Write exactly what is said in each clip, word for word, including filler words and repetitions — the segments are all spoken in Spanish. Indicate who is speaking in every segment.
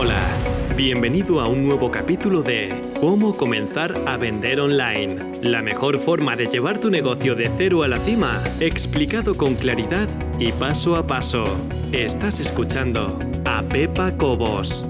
Speaker 1: Hola, bienvenido a un nuevo capítulo de Cómo comenzar a vender online. La mejor forma de llevar tu negocio de cero a la cima, explicado con claridad y paso a paso. Estás escuchando a Pepa Cobos.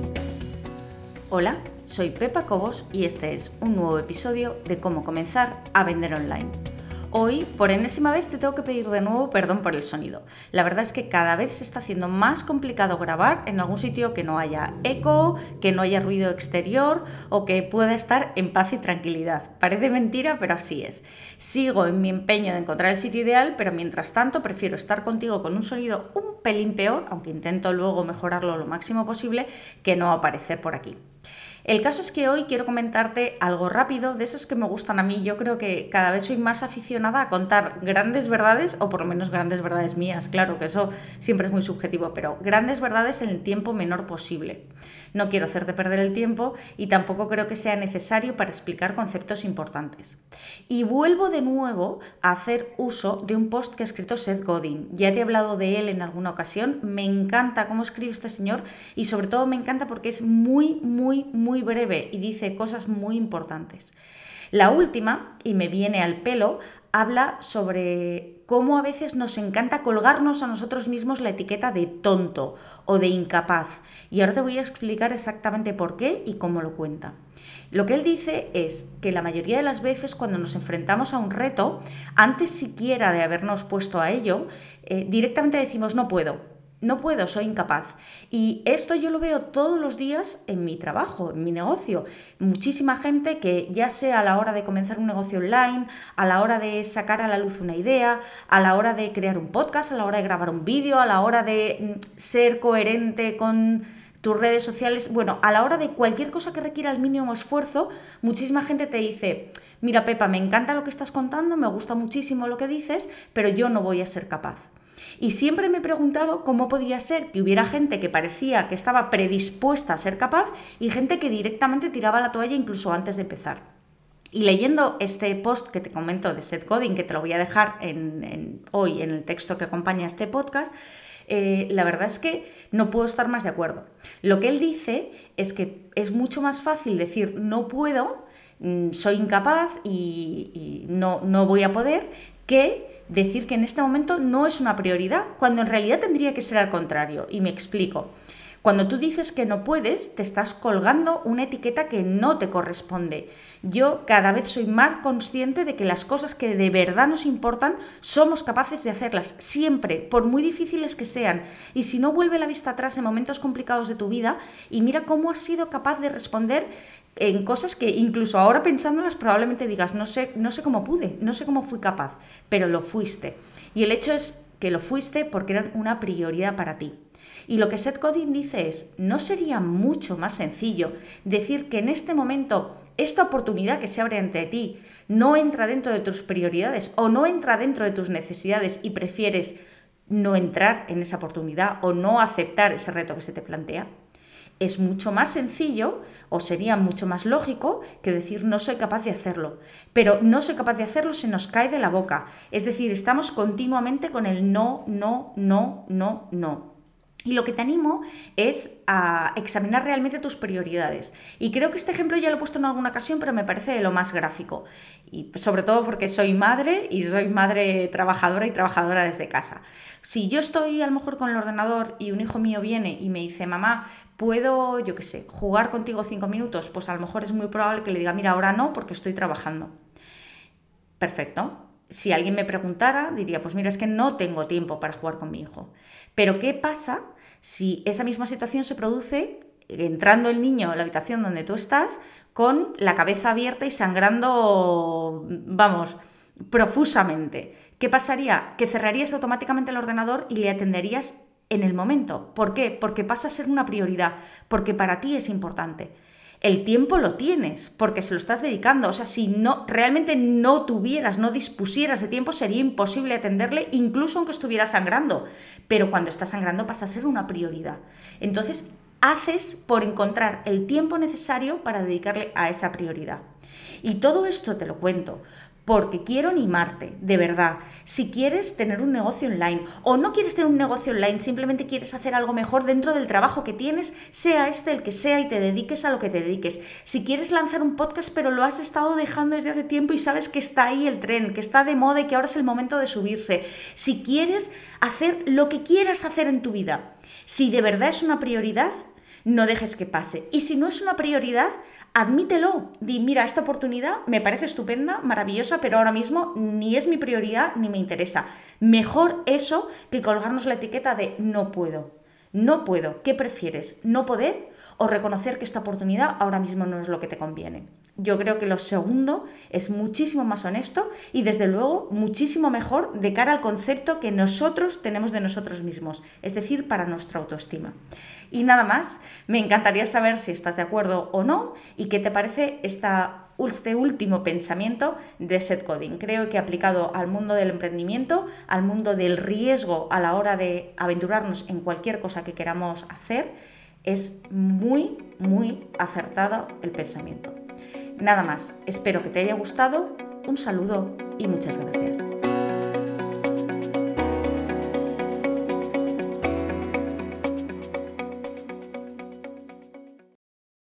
Speaker 2: Hola, soy Pepa Cobos y este es un nuevo episodio de Cómo comenzar a vender online. Hoy, por enésima vez, te tengo que pedir de nuevo perdón por el sonido. La verdad es que cada vez se está haciendo más complicado grabar en algún sitio que no haya eco, que no haya ruido exterior o que pueda estar en paz y tranquilidad. Parece mentira, pero así es. Sigo en mi empeño de encontrar el sitio ideal, pero mientras tanto prefiero estar contigo con un sonido un pelín peor, aunque intento luego mejorarlo lo máximo posible, que no aparecer por aquí. El caso es que hoy quiero comentarte algo rápido, de esos que me gustan a mí. Yo creo que cada vez soy más aficionada a contar grandes verdades, o por lo menos grandes verdades mías, claro que eso siempre es muy subjetivo, pero grandes verdades en el tiempo menor posible. No quiero hacerte perder el tiempo y tampoco creo que sea necesario para explicar conceptos importantes. Y vuelvo de nuevo a hacer uso de un post que ha escrito Seth Godin. Ya te he hablado de él en alguna ocasión, me encanta cómo escribe este señor y sobre todo me encanta porque es muy, muy, muy breve y dice cosas muy importantes. La última, y me viene al pelo, habla sobre cómo a veces nos encanta colgarnos a nosotros mismos la etiqueta de tonto o de incapaz. Y ahora te voy a explicar exactamente por qué y cómo lo cuenta. Lo que él dice es que la mayoría de las veces cuando nos enfrentamos a un reto, antes siquiera de habernos puesto a ello, eh, directamente decimos no puedo. No puedo, soy incapaz. Y esto yo lo veo todos los días en mi trabajo, en mi negocio. Muchísima gente que ya sea a la hora de comenzar un negocio online, a la hora de sacar a la luz una idea, a la hora de crear un podcast, a la hora de grabar un vídeo, a la hora de ser coherente con tus redes sociales, bueno, a la hora de cualquier cosa que requiera el mínimo esfuerzo, muchísima gente te dice, mira Pepa, me encanta lo que estás contando, me gusta muchísimo lo que dices, pero yo no voy a ser capaz. Y siempre me he preguntado cómo podía ser que hubiera gente que parecía que estaba predispuesta a ser capaz y gente que directamente tiraba la toalla incluso antes de empezar. Y leyendo este post que te comento de Seth Godin, que te lo voy a dejar en, en, hoy en el texto que acompaña este podcast, eh, la verdad es que no puedo estar más de acuerdo. Lo que él dice es que es mucho más fácil decir no puedo, soy incapaz y, y no, no voy a poder, que decir que en este momento no es una prioridad, cuando en realidad tendría que ser al contrario. Y me explico. Cuando tú dices que no puedes, te estás colgando una etiqueta que no te corresponde. Yo cada vez soy más consciente de que las cosas que de verdad nos importan somos capaces de hacerlas siempre, por muy difíciles que sean. Y si no, vuelve la vista atrás en momentos complicados de tu vida y mira cómo has sido capaz de responder en cosas que incluso ahora pensándolas probablemente digas, no sé, no sé cómo pude, no sé cómo fui capaz, pero lo fuiste. Y el hecho es que lo fuiste porque eran una prioridad para ti. Y lo que Seth Godin dice es, ¿no sería mucho más sencillo decir que en este momento esta oportunidad que se abre ante ti no entra dentro de tus prioridades o no entra dentro de tus necesidades y prefieres no entrar en esa oportunidad o no aceptar ese reto que se te plantea? Es mucho más sencillo o sería mucho más lógico que decir no soy capaz de hacerlo. Pero no soy capaz de hacerlo se nos cae de la boca. Es decir, estamos continuamente con el no, no, no, no, no. Y lo que te animo es a examinar realmente tus prioridades. Y creo que este ejemplo ya lo he puesto en alguna ocasión, pero me parece de lo más gráfico. Y sobre todo porque soy madre y soy madre trabajadora y trabajadora desde casa. Si yo estoy a lo mejor con el ordenador y un hijo mío viene y me dice, mamá, ¿puedo, yo qué sé, jugar contigo cinco minutos? Pues a lo mejor es muy probable que le diga, mira, ahora no, porque estoy trabajando. Perfecto. Si alguien me preguntara, diría, pues mira, es que no tengo tiempo para jugar con mi hijo. Pero ¿qué pasa si esa misma situación se produce entrando el niño a la habitación donde tú estás con la cabeza abierta y sangrando, vamos, profusamente? ¿Qué pasaría? Que cerrarías automáticamente el ordenador y le atenderías en el momento. ¿Por qué? Porque pasa a ser una prioridad, porque para ti es importante. El tiempo lo tienes porque se lo estás dedicando. O sea, si no, realmente no tuvieras, no dispusieras de tiempo, sería imposible atenderle, incluso aunque estuviera sangrando. Pero cuando está sangrando pasa a ser una prioridad. Entonces, haces por encontrar el tiempo necesario para dedicarle a esa prioridad. Y todo esto te lo cuento porque quiero animarte, de verdad. Si quieres tener un negocio online o no quieres tener un negocio online, simplemente quieres hacer algo mejor dentro del trabajo que tienes, sea este el que sea y te dediques a lo que te dediques. Si quieres lanzar un podcast pero lo has estado dejando desde hace tiempo y sabes que está ahí el tren, que está de moda y que ahora es el momento de subirse. Si quieres hacer lo que quieras hacer en tu vida, si de verdad es una prioridad, no dejes que pase. Y si no es una prioridad, admítelo. Di, mira, esta oportunidad me parece estupenda, maravillosa, pero ahora mismo ni es mi prioridad ni me interesa. Mejor eso que colgarnos la etiqueta de no puedo. No puedo. ¿Qué prefieres? ¿No poder o reconocer que esta oportunidad ahora mismo no es lo que te conviene? Yo creo que lo segundo es muchísimo más honesto y desde luego muchísimo mejor de cara al concepto que nosotros tenemos de nosotros mismos, es decir, para nuestra autoestima. Y nada más, me encantaría saber si estás de acuerdo o no y qué te parece esta, este último pensamiento de Seth Godin. Creo que aplicado al mundo del emprendimiento, al mundo del riesgo a la hora de aventurarnos en cualquier cosa que queramos hacer, es muy, muy acertado el pensamiento. Nada más, espero que te haya gustado, un saludo y muchas gracias.